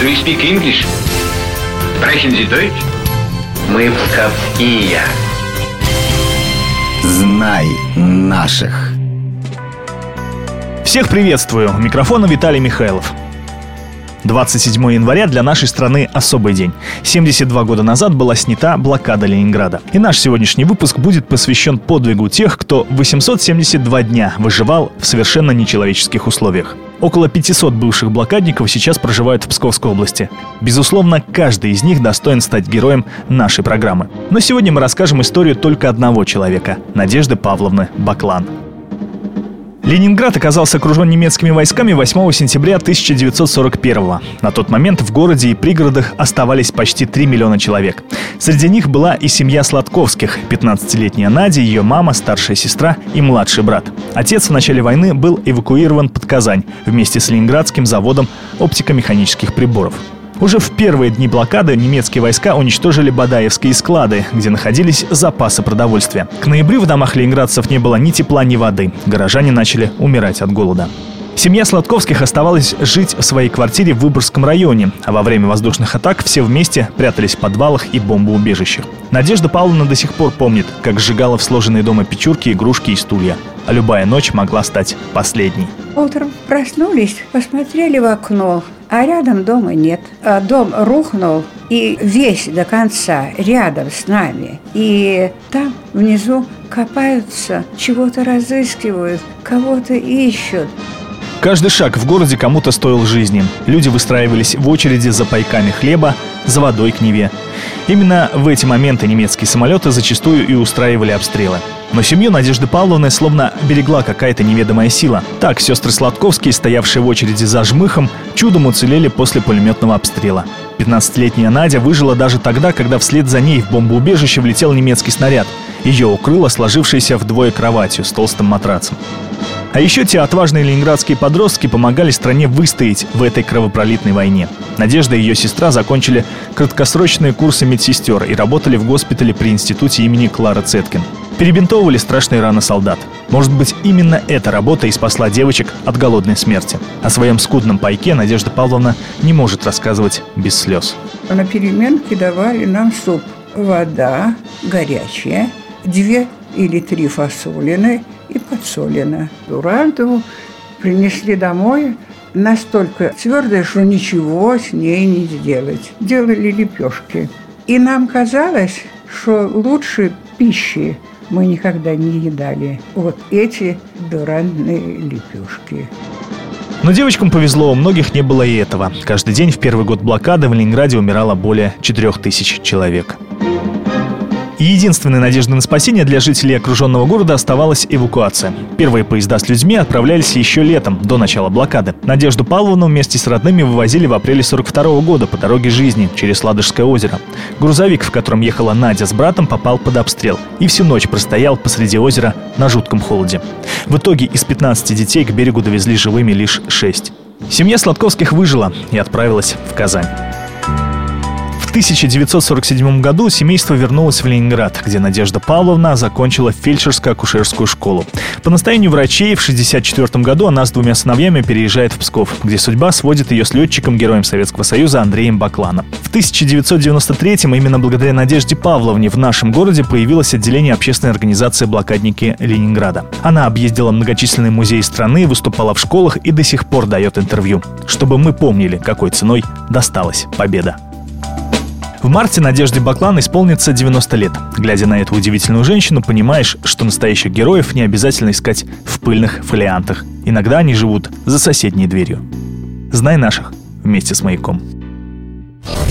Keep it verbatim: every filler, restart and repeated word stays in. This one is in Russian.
Do you speak English? Sprechen Sie Deutsch? Мы псковские. Знай наших. Всех приветствую. У микрофона Виталий Михайлов. двадцать седьмого января для нашей страны особый день. семьдесят два года назад была снята блокада Ленинграда. И наш сегодняшний выпуск будет посвящен подвигу тех, кто восемьсот семьдесят два дня выживал в совершенно нечеловеческих условиях. Около пятисот бывших блокадников сейчас проживают в Псковской области. Безусловно, каждый из них достоин стать героем нашей программы. Но сегодня мы расскажем историю только одного человека – Надежды Павловны Баклан. Ленинград оказался окружен немецкими войсками восьмого сентября тысяча девятьсот сорок первого. На тот момент в городе и пригородах оставались почти три миллиона человек. Среди них была и семья Сладковских: пятнадцатилетняя Надя, ее мама, старшая сестра и младший брат. Отец в начале войны был эвакуирован под Казань вместе с Ленинградским заводом оптико-механических приборов. Уже в первые дни блокады немецкие войска уничтожили бадаевские склады, где находились запасы продовольствия. К ноябрю в домах ленинградцев не было ни тепла, ни воды. Горожане начали умирать от голода. Семья Сладковских оставалась жить в своей квартире в Выборгском районе, а во время воздушных атак все вместе прятались в подвалах и бомбоубежищах. Надежда Павловна до сих пор помнит, как сжигала в сложенные дома печурки, игрушки и стулья. А любая ночь могла стать последней. Утром проснулись, посмотрели в окно, а рядом дома нет. А дом рухнул, и весь до конца рядом с нами. И там внизу копаются, чего-то разыскивают, кого-то ищут. Каждый шаг в городе кому-то стоил жизни. Люди выстраивались в очереди за пайками хлеба, за водой к Неве. Именно в эти моменты немецкие самолеты зачастую и устраивали обстрелы. Но семью Надежды Павловны словно берегла какая-то неведомая сила. Так, сестры Сладковские, стоявшие в очереди за жмыхом, чудом уцелели после пулеметного обстрела. пятнадцатилетняя Надя выжила даже тогда, когда вслед за ней в бомбоубежище влетел немецкий снаряд. Ее укрыла сложившаяся вдвое кроватью с толстым матрацем. А еще те отважные ленинградские подростки помогали стране выстоять в этой кровопролитной войне. Надежда и ее сестра закончили краткосрочные курсы медсестер и работали в госпитале при институте имени Клары Цеткин. Перебинтовывали страшные раны солдат. Может быть, именно эта работа и спасла девочек от голодной смерти. О своем скудном пайке Надежда Павловна не может рассказывать без слез. На переменке давали нам суп. Вода горячая, две или три фасолины и подсолено. Дуранду принесли домой, настолько твердая, что ничего с ней не сделать. Делали лепешки. И нам казалось, что лучше пищи мы никогда не едали. Вот эти дурандные лепешки. Но девочкам повезло, у многих не было и этого. Каждый день в первый год блокады в Ленинграде умирало более четырех тысяч человек. И единственной надеждой на спасение для жителей окруженного города оставалась эвакуация. Первые поезда с людьми отправлялись еще летом, до начала блокады. Надежду Павловну вместе с родными вывозили в апреле сорок второго года по дороге жизни через Ладожское озеро. Грузовик, в котором ехала Надя с братом, попал под обстрел и всю ночь простоял посреди озера на жутком холоде. В итоге из пятнадцати детей к берегу довезли живыми лишь шесть. Семья Сладковских выжила и отправилась в Казань. В тысяча девятьсот сорок седьмом году семейство вернулось в Ленинград, где Надежда Павловна закончила фельдшерско-акушерскую школу. По настоянию врачей в шестьдесят четвёртом году она с двумя сыновьями переезжает в Псков, где судьба сводит ее с летчиком, героем Советского Союза Андреем Бакланом. В тысяча девятьсот девяносто третьем именно благодаря Надежде Павловне в нашем городе появилось отделение общественной организации «Блокадники Ленинграда». Она объездила многочисленные музеи страны, выступала в школах и до сих пор дает интервью, чтобы мы помнили, какой ценой досталась победа. В марте Надежде Баклан исполнится девяносто лет. Глядя на эту удивительную женщину, понимаешь, что настоящих героев не обязательно искать в пыльных фолиантах. Иногда они живут за соседней дверью. Знай наших вместе с «Маяком».